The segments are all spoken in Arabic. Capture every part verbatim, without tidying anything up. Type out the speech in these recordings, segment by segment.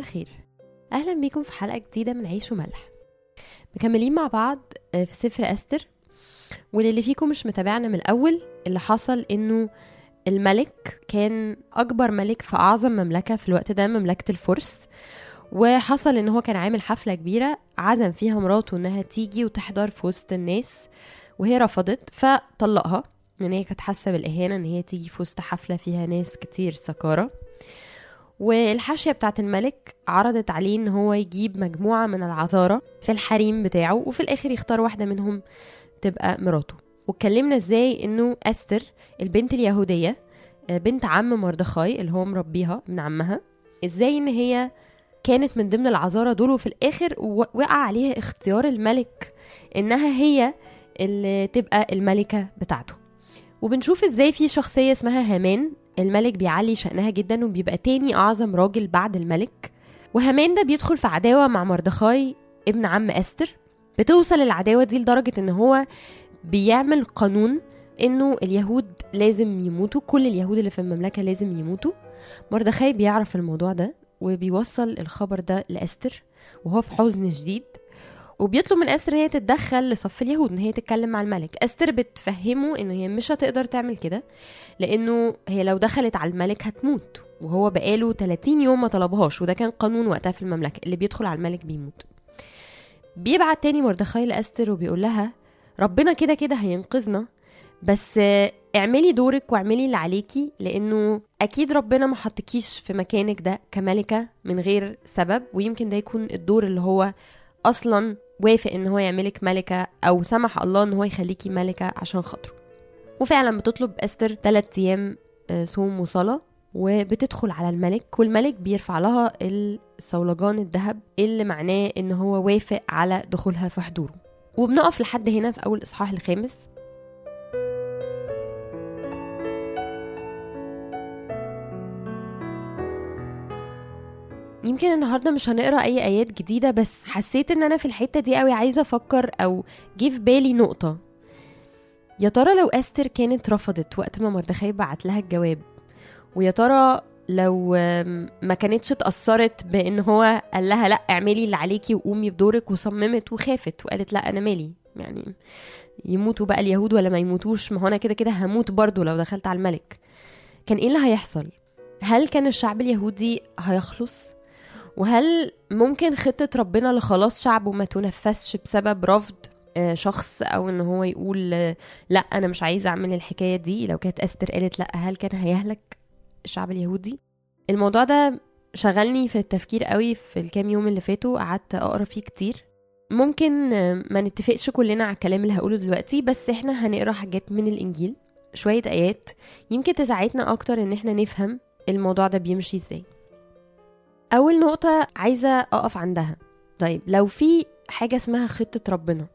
الخير، أهلا بيكم في حلقة جديدة من عيش وملح. مكملين مع بعض في سفر أستر. واللي فيكم مش متابعنا من الأول، اللي حصل إنه الملك كان أكبر ملك في أعظم مملكة في الوقت ده، مملكة الفرس. وحصل إنه هو كان عامل حفلة كبيرة عزم فيها مراته إنها تيجي وتحضر في وسط الناس، وهي رفضت فطلقها، لأن هي كانت حاسة بالإهانة إن هي تيجي في وسط حفلة فيها ناس كتير سكارة. والحاشية بتاعت الملك عرضت عليه إن هو يجيب مجموعة من العذارى في الحريم بتاعه، وفي الآخر يختار واحدة منهم تبقى مراته. واتكلمنا إزاي إنه أستر البنت اليهودية بنت عم مردخاي اللي هو مربيها من عمها، إزاي إن هي كانت من ضمن العذارى دول، وفي الآخر وقع عليها اختيار الملك إنها هي اللي تبقى الملكة بتاعته. وبنشوف إزاي في شخصية اسمها هامان الملك بيعلي شأنها جدا، وبيبقى تاني أعظم راجل بعد الملك. وهامان ده بيدخل في عداوة مع مردخاي ابن عم أستر. بتوصل العداوة دي لدرجة إن هو بيعمل قانون إنه اليهود لازم يموتوا، كل اليهود اللي في المملكة لازم يموتوا. مردخاي بيعرف الموضوع ده وبيوصل الخبر ده لأستر وهو في حزن شديد، وبيطلب من أستر هي تتدخل لصف اليهود، ان هي تتكلم مع الملك. أستر بتفهمه انه هي مش هتقدر تعمل كده، لانه هي لو دخلت على الملك هتموت، وهو بقاله ثلاثين يوم ما طلبهاش، وده كان قانون وقتها في المملكة، اللي بيدخل على الملك بيموت. بيبعت تاني مردخاي لأستر وبيقول لها ربنا كده كده هينقذنا، بس اعملي دورك واعملي اللي عليكي، لانه اكيد ربنا ما حطكيش في مكانك ده كملكة من غير سبب، ويمكن ده يكون الدور اللي هو اصلا وافق ان هو يعملك ملكة، او سمح الله ان هو يخليكي ملكة عشان خاطره. وفعلا بتطلب أستر ثلاث ايام صوم وصلاة، وبتدخل على الملك، والملك بيرفع لها الصولجان الذهب اللي معناه ان هو وافق على دخولها في حضوره. وبنقف لحد هنا في اول اصحاح الخامس. يمكن النهاردة مش هنقرأ أي آيات جديدة، بس حسيت إن أنا في الحتة دي قوي عايزة أفكر أو جه في بالي نقطة. يا ترى لو أستر كانت رفضت وقت ما مردخاي بعت لها الجواب، ويا ترى لو ما كانتش اتأثرت بإن هو قال لها لأ اعملي اللي عليكي وقومي بدورك، وصممت وخافت وقالت لأ أنا مالي، يعني يموتوا بقى اليهود ولا ما يموتوش، ما هو أنا كده كده هموت برضو لو دخلت على الملك، كان إيه اللي هيحصل؟ هل كان الشعب اليهودي هيخلص؟ وهل ممكن خطة ربنا لخلاص شعبه ما تنفذش بسبب رفض شخص، او ان هو يقول لا انا مش عايز اعمل الحكاية دي؟ لو كانت أستر قالت لا، هل كان هيهلك الشعب اليهودي؟ الموضوع ده شغلني في التفكير قوي في الكام يوم اللي فاتوا، قعدت اقرا فيه كتير. ممكن ما نتفقش كلنا على الكلام اللي هقوله دلوقتي، بس احنا هنقرا حاجات من الانجيل، شوية ايات يمكن تساعدنا اكتر ان احنا نفهم الموضوع ده بيمشي ازاي. أول نقطة عايزة أقف عندها، طيب لو في حاجة اسمها خطة ربنا،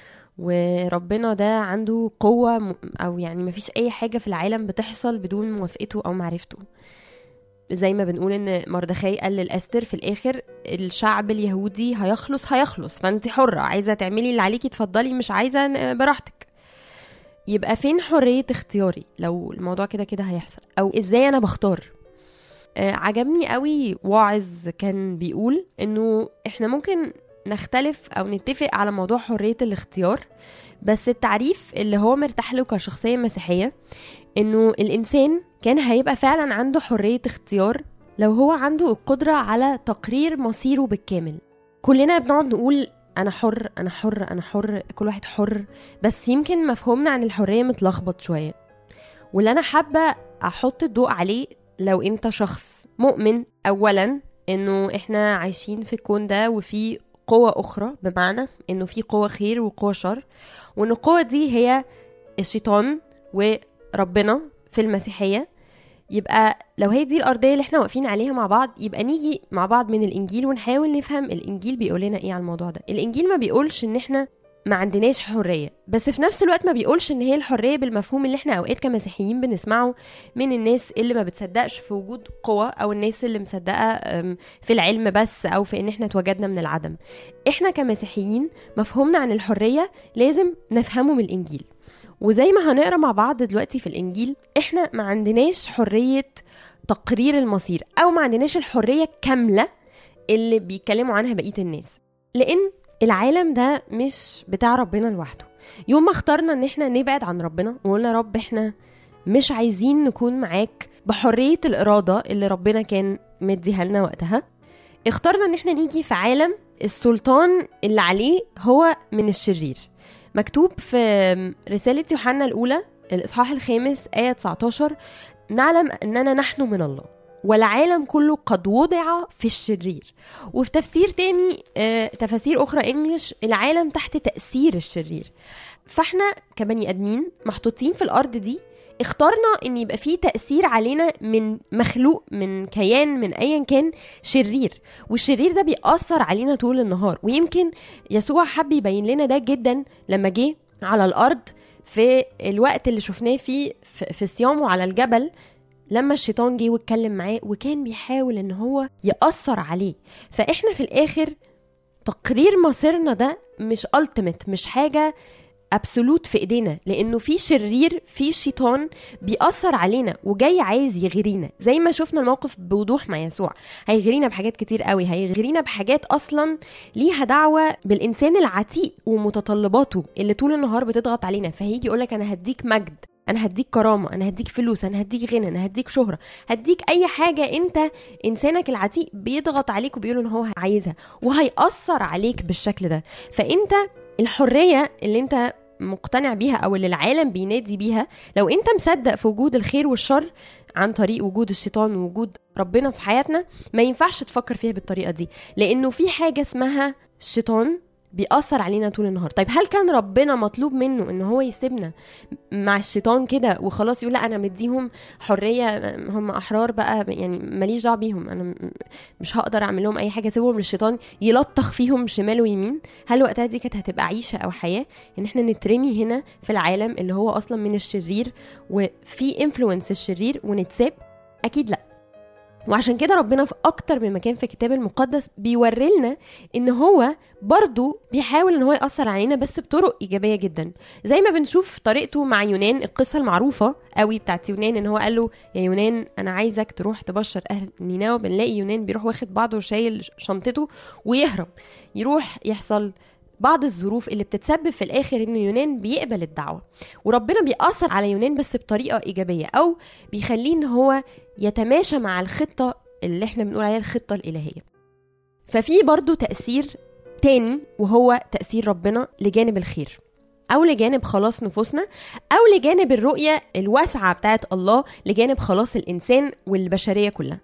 وربنا ده عنده قوة، أو يعني مفيش أي حاجة في العالم بتحصل بدون موافقته أو معرفته، زي ما بنقول إن مردخاي قال لأستر في الآخر الشعب اليهودي هيخلص هيخلص فأنت حرة، عايزة تعملي اللي عليكي تفضلي، مش عايزة براحتك. يبقى فين حرية اختياري لو الموضوع كده كده هيحصل؟ أو إزاي أنا بختار؟ آه عجبني قوي واعظ كان بيقول انه احنا ممكن نختلف او نتفق على موضوع حرية الاختيار، بس التعريف اللي هو مرتاح له كشخصية مسيحية انه الانسان كان هيبقى فعلا عنده حرية اختيار لو هو عنده القدرة على تقرير مصيره بالكامل. كلنا بنقعد نقول انا حر انا حر انا حر، كل واحد حر، بس يمكن مفهومنا عن الحرية متلخبط شوية. واللي انا حابة احط الضوء عليه، لو انت شخص مؤمن اولا انه احنا عايشين في الكون ده وفي قوة اخرى، بمعنى انه في قوة خير وقوة شر، وان القوة دي هي الشيطان وربنا في المسيحية، يبقى لو هي دي الارضية اللي احنا واقفين عليها مع بعض، يبقى نيجي مع بعض من الانجيل ونحاول نفهم الانجيل بيقول لنا ايه على الموضوع ده. الانجيل ما بيقولش ان احنا ما عندناش حرية، بس في نفس الوقت ما بيقولش ان هي الحرية بالمفهوم اللي احنا اوقات كمسيحيين بنسمعه من الناس اللي ما بتصدقش في وجود قوة، او الناس اللي مصدقة في العلم بس، او في ان احنا اتوجدنا من العدم. احنا كمسيحيين مفهومنا عن الحرية لازم نفهمه من الانجيل، وزي ما هنقرأ مع بعض دلوقتي في الانجيل، احنا ما عندناش حرية تقرير المصير، او ما عندناش الحرية كاملة اللي بيتكلموا عنها بقية الناس، لأن العالم ده مش بتاع ربنا لوحده. يوم ما اخترنا ان احنا نبعد عن ربنا وقلنا رب احنا مش عايزين نكون معاك بحرية الإرادة اللي ربنا كان مديها لنا وقتها، اخترنا ان احنا نيجي في عالم السلطان اللي عليه هو من الشرير. مكتوب في رسالة يوحنا الأولى الإصحاح الخامس آية تسعة عشر: نعلم أننا نحن من الله والعالم كله قد وضع في الشرير. وفي تفسير تاني آه، تفاسير أخرى إنجليش: العالم تحت تأثير الشرير. فاحنا كبني أدمين محطوطين في الأرض دي، اخترنا ان يبقى فيه تأثير علينا من مخلوق، من كيان، من ايا كان شرير، والشرير ده بيأثر علينا طول النهار. ويمكن يسوع حب يبين لنا ده جدا لما جه على الأرض في الوقت اللي شفناه فيه في صيامه على الجبل، لما الشيطان جه واتكلم معاه وكان بيحاول ان هو يأثر عليه. فاحنا في الاخر تقرير مصيرنا ده مش ultimate، مش حاجة absolute في ايدينا، لانه في شرير، في شيطان بيأثر علينا وجاي عايز يغرينا. زي ما شفنا الموقف بوضوح مع يسوع، هيغرينا بحاجات كتير قوي، هيغرينا بحاجات اصلا ليها دعوة بالانسان العتيق ومتطلباته اللي طول النهار بتضغط علينا. فهيجي يقولك انا هديك مجد، انا هديك كرامة، انا هديك فلوس، انا هديك غنى، انا هديك شهرة، هديك اي حاجة انت انسانك العتيق بيضغط عليك وبيقول ان هو عايزها، وهيأثر عليك بالشكل ده. فانت الحرية اللي انت مقتنع بيها او اللي العالم بينادي بيها، لو انت مصدق في وجود الخير والشر عن طريق وجود الشيطان ووجود ربنا في حياتنا، ما ينفعش تفكر فيها بالطريقة دي، لانه في حاجة اسمها الشيطان بيأثر علينا طول النهار. طيب هل كان ربنا مطلوب منه ان هو يسيبنا مع الشيطان كده وخلاص يقول لا انا مديهم حرية، هم احرار بقى، يعني ماليش دعوه بيهم، انا مش هقدر اعمل لهم اي حاجة، سيبهم للشيطان يلطخ فيهم شمال ويمين؟ هل وقتها دي كانت هتبقى عيشة او حياة ان احنا نترمي هنا في العالم اللي هو اصلا من الشرير وفي انفلونس الشرير ونتساب؟ اكيد لا. وعشان كده ربنا في أكتر من مكان في الكتاب المقدس بيورلنا إن هو برضو بيحاول إن هو يأثر علينا بس بطرق إيجابية جدا، زي ما بنشوف طريقته مع يونان، القصة المعروفة قوي بتاعت يونان، إن هو قال له يا يونان أنا عايزك تروح تبشر أهل نينوى. بنلاقي يونان بيروح واخد بعضه وشايل شنطته ويهرب، يروح يحصل بعض الظروف اللي بتتسبب في الآخر إن يونان بيقبل الدعوة، وربنا بيأثر على يونان بس بطريقة إيجابية، أو بيخليه إن هو يتماشى مع الخطة اللي احنا بنقول عليها الخطة الإلهية. ففي برضو تأثير تاني وهو تأثير ربنا لجانب الخير، أو لجانب خلاص نفوسنا، أو لجانب الرؤية الواسعة بتاعت الله لجانب خلاص الإنسان والبشرية كلها.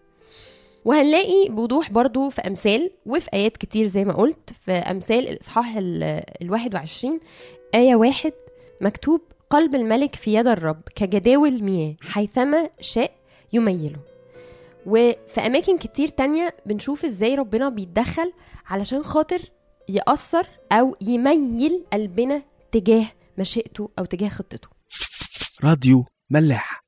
وهنلاقي بوضوح برضو في أمثال وفي آيات كتير زي ما قلت. في أمثال الإصحاح الواحد وعشرين آية واحد مكتوب: قلب الملك في يد الرب كجداول مياه حيثما شاء يميله. وفي أماكن كتير تانية بنشوف إزاي ربنا بيتدخل علشان خاطر يأثر أو يميل قلبنا تجاه مشيئته أو تجاه خطته. راديو ملاح.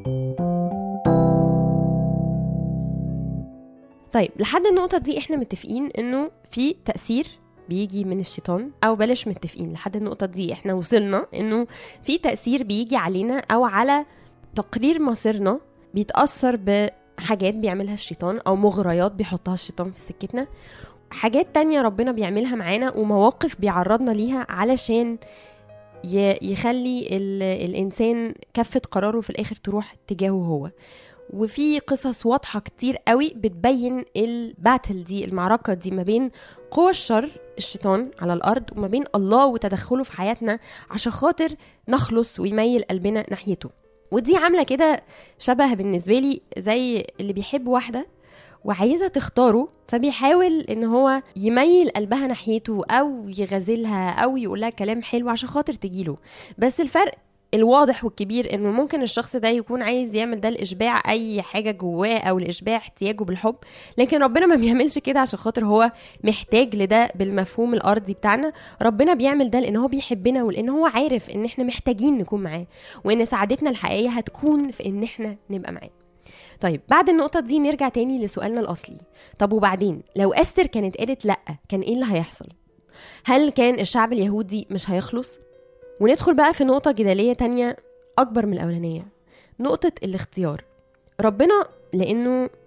طيب لحد النقطة دي احنا متفقين انه في تأثير بيجي من الشيطان، او بلاش متفقين، لحد النقطة دي احنا وصلنا انه في تأثير بيجي علينا او على تقرير مصيرنا بيتأثر بحاجات بيعملها الشيطان او مغريات بيحطها الشيطان في سكتنا، حاجات تانية ربنا بيعملها معانا ومواقف بيعرضنا ليها علشان يخلي الانسان كفة قراره في الاخر تروح تجاهه هو. وفي قصص واضحة كتير قوي بتبين الباتل دي، المعركة دي ما بين قوى الشر الشيطان على الأرض وما بين الله وتدخله في حياتنا عشان خاطر نخلص ويميل قلبنا ناحيته. ودي عاملة كده شبه بالنسبة لي زي اللي بيحب واحدة وعايزة تختاره، فبيحاول ان هو يميل قلبها ناحيته او يغزلها او يقولها كلام حلو عشان خاطر تجيله. بس الفرق الواضح والكبير انه ممكن الشخص ده يكون عايز يعمل ده لإشباع اي حاجة جواه او لإشباع احتياجه بالحب، لكن ربنا ما بيعملش كده عشان خاطر هو محتاج لده بالمفهوم الارضي بتاعنا. ربنا بيعمل ده لان هو بيحبنا ولان هو عارف ان احنا محتاجين نكون معاه، وان سعادتنا الحقيقية هتكون في ان احنا نبقى معاه. طيب بعد النقطة دي نرجع تاني لسؤالنا الأصلي. طب وبعدين لو أستر كانت قالت لأ، كان إيه اللي هيحصل؟ هل كان الشعب اليهودي مش هيخلص؟ وندخل بقى في نقطة جدالية تانية أكبر من الأولانية، نقطة الاختيار. ربنا لأنه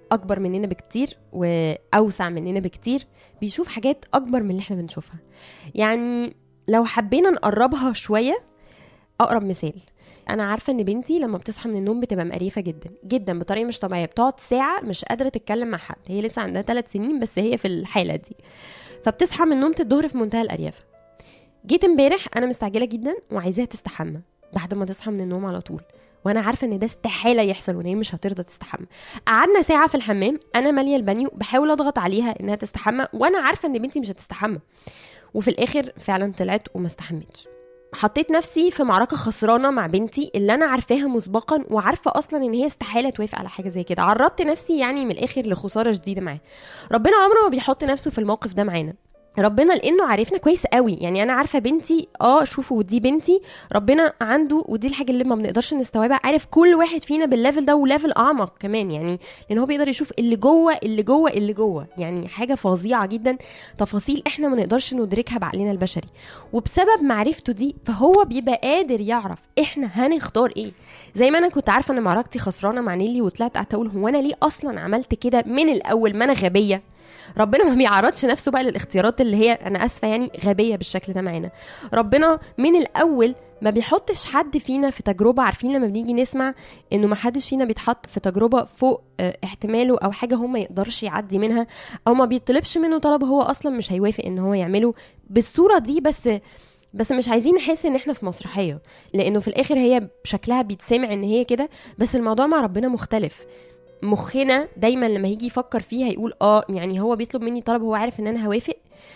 اكبر مننا بكتير واوسع مننا بكتير، بيشوف حاجات اكبر من اللي احنا بنشوفها. يعني لو حبينا نقربها شوية، اقرب مثال، انا عارفه ان بنتي لما بتصحى من النوم بتبقى مقريفه جدا جدا بطريقه مش طبيعيه، بتقعد ساعه مش قادره تتكلم مع حد. هي لسه عندها ثلاث سنين بس هي في الحاله دي، فبتصحى من نومة الظهر في منتهى الاريافه. جيت امبارح انا مستعجله جدا وعايزاها تستحمى بعد ما تصحى من النوم على طول، وانا عارفه ان ده استحاله يحصل وان هي مش هترضى تستحمى. قعدنا ساعه في الحمام، انا ماليه البانيو بحاول اضغط عليها انها تستحمى وانا عارفه ان بنتي مش هتستحمى، وفي الاخر فعلا طلعت وما استحمتش. حطيت نفسي في معركة خسرانة مع بنتي اللي أنا عارفاها مسبقا وعارفة أصلا إن هي استحالة توافق على حاجة زي كده. عرضت نفسي يعني من الآخر لخسارة جديدة معاه. ربنا عمره ما بيحط نفسه في الموقف ده معانا، ربنا لانه عارفنا كويس قوي. يعني انا عارفه بنتي، اه شوفوا ودي بنتي، ربنا عنده، ودي الحاجه اللي ما بنقدرش نستوعبها، عارف كل واحد فينا بالليفل ده وليفل اعمق كمان، يعني لان هو بيقدر يشوف اللي جوه اللي جوه اللي جوه، يعني حاجه فظيعه جدا، تفاصيل احنا ما نقدرش ندركها بعقلنا البشري. وبسبب معرفته دي فهو بيبقى قادر يعرف احنا هنختار ايه. زي ما انا كنت عارفه ان معركتي خسرانه مع نيلي وطلعت قعدت اقول هو انا ليه اصلا عملت كده من الاول، ما انا غبيه. ربنا ما بيعرضش نفسه بقى للاختيارات اللي هي انا اسفه يعني غبيه بالشكل ده معانا. ربنا من الاول ما بيحطش حد فينا في تجربه. عارفين لما بنيجي نسمع انه ما حدش فينا بيتحط في تجربه فوق احتماله او حاجه هو ما يقدرش يعدي منها، او ما بيطلبش منه طلب هو اصلا مش هيوافق ان هو يعمله بالصوره دي. بس بس مش عايزين نحس ان احنا في مسرحيه، لانه في الاخر هي بشكلها بيتسمع ان هي كده، بس الموضوع مع ربنا مختلف. مخنا دايما لما هيجي يفكر فيها يقول اه يعني هو بيطلب مني طلب هو عارف ان انا هوافق.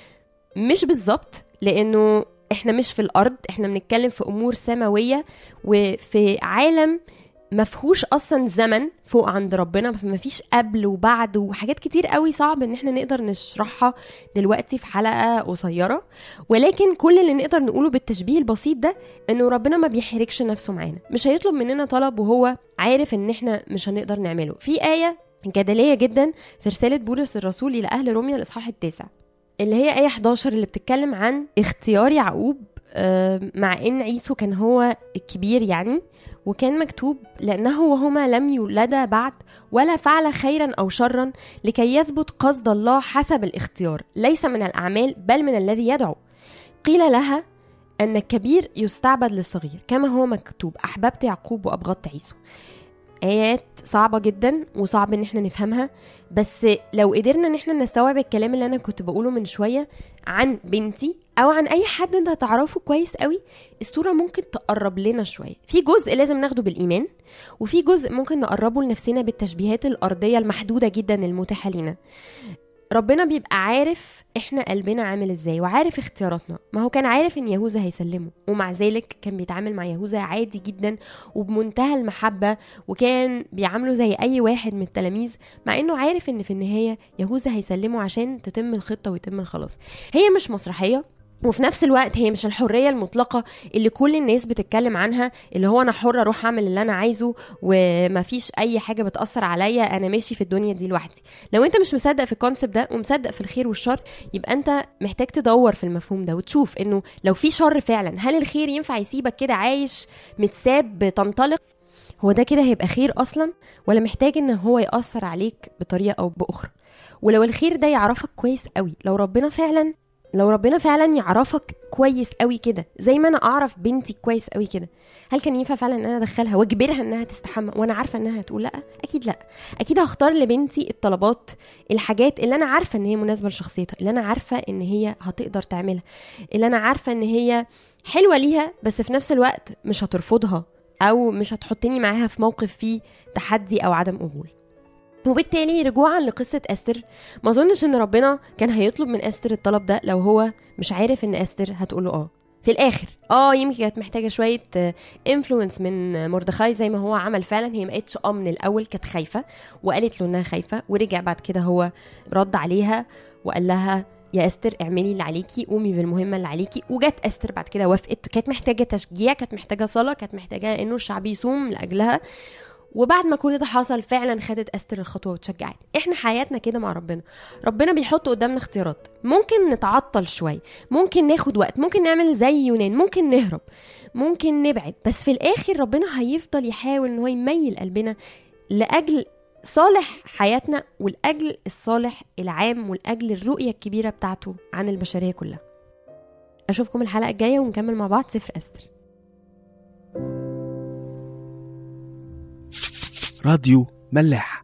مش بالظبط، لانه احنا مش في الارض، احنا بنتكلم في امور سماويه وفي عالم مفهوش اصلا زمن فوق عند ربنا، مفيش قبل وبعد وحاجات كتير قوي صعب ان احنا نقدر نشرحها دلوقتي في حلقة قصيرة. ولكن كل اللي نقدر نقوله بالتشبيه البسيط ده انه ربنا ما بيحركش نفسه معانا، مش هيطلب مننا طلب وهو عارف ان احنا مش هنقدر نعمله. في آية جدلية جدا في رسالة بولس الرسول الى اهل روميا الاصحاح التاسع اللي هي آية إحدى عشر اللي بتتكلم عن اختيار يعقوب مع ان عيسو كان هو الكبير يعني، وكان مكتوب لأنه وهما لم يولدا بعد ولا فعل خيرا أو شرا لكي يثبت قصد الله حسب الاختيار ليس من الأعمال بل من الذي يدعو. قيل لها أن الكبير يستعبد للصغير كما هو مكتوب أحببت يعقوب وأبغضت عيسو. آيات صعبة جدا وصعب ان احنا نفهمها، بس لو قدرنا ان احنا نستوعب الكلام اللي انا كنت بقوله من شوية عن بنتي او عن اي حد انت هتعرفه كويس قوي، الصورة ممكن تقرب لنا شوية. في جزء لازم ناخده بالايمان، وفي جزء ممكن نقربه لنفسنا بالتشبيهات الارضية المحدودة جدا المتاحة لنا. ربنا بيبقى عارف احنا قلبنا عامل ازاي وعارف اختياراتنا. ما هو كان عارف ان يهوذا هيسلمه، ومع ذلك كان بيتعامل مع يهوذا عادي جدا وبمنتهى المحبة، وكان بيعامله زي اي واحد من التلاميذ، مع انه عارف ان في النهاية يهوذا هيسلمه عشان تتم الخطة ويتم الخلاص. هي مش مسرحية، وفي نفس الوقت هي مش الحرية المطلقة اللي كل الناس بتتكلم عنها، اللي هو أنا حرة أروح أعمل اللي أنا عايزه وما فيش أي حاجة بتأثر عليا، أنا ماشي في الدنيا دي لوحدي. لو أنت مش مصدق في الكونسبت ده ومصدق في الخير والشر، يبقى أنت محتاج تدور في المفهوم ده وتشوف إنه لو في شر فعلا، هل الخير ينفع يسيبك كده عايش متساب تنطلق؟ هو ده كده هيبقى خير أصلا، ولا محتاج إن هو يأثر عليك بطريقة أو بأخرى؟ ولو الخير ده يعرفك كويس قوي، لو ربنا فعلا لو ربنا فعلا يعرفك كويس قوي كده زي ما انا اعرف بنتي كويس قوي كده، هل كان ينفع فعلا ان انا ادخلها واجبرها انها تستحمى وانا عارفه انها هتقول لا؟ اكيد لا. اكيد هختار لبنتي الطلبات، الحاجات اللي انا عارفه ان هي مناسبه لشخصيتها، اللي انا عارفه ان هي هتقدر تعملها، اللي انا عارفه ان هي حلوه ليها، بس في نفس الوقت مش هترفضها او مش هتحطني معاها في موقف فيه تحدي او عدم قبول. وبالتالي رجوعا لقصة أستر، ما أظنش إن ربنا كان هيطلب من أستر الطلب ده لو هو مش عارف إن أستر هتقوله آه في الآخر. آه يمكن كانت محتاجة شوية إنفلونس من مردخاي زي ما هو عمل فعلا. هي ما قتش آه من الأول، كانت خايفة وقالت له إنها خايفة، ورجع بعد كده هو رد عليها وقال لها يا أستر اعملي اللي عليكي، قومي بالمهمة اللي عليكي. وجت أستر بعد كده وافقت، كانت محتاجة تشجيع، كانت محتاجة صلاة، كانت محتاجة إنه الشعب يصوم لأجلها. وبعد ما كل ده حصل فعلا خدت أستر الخطوة وتشجعت. احنا حياتنا كده مع ربنا، ربنا بيحط قدامنا اختيارات، ممكن نتعطل شوي، ممكن ناخد وقت، ممكن نعمل زي يونان، ممكن نهرب، ممكن نبعد، بس في الآخر ربنا هيفضل يحاول ان هو يميل قلبنا لأجل صالح حياتنا والأجل الصالح العام والأجل الرؤية الكبيرة بتاعته عن البشرية كلها. أشوفكم الحلقة الجاية ونكمل مع بعض سفر أستر. راديو ملاح.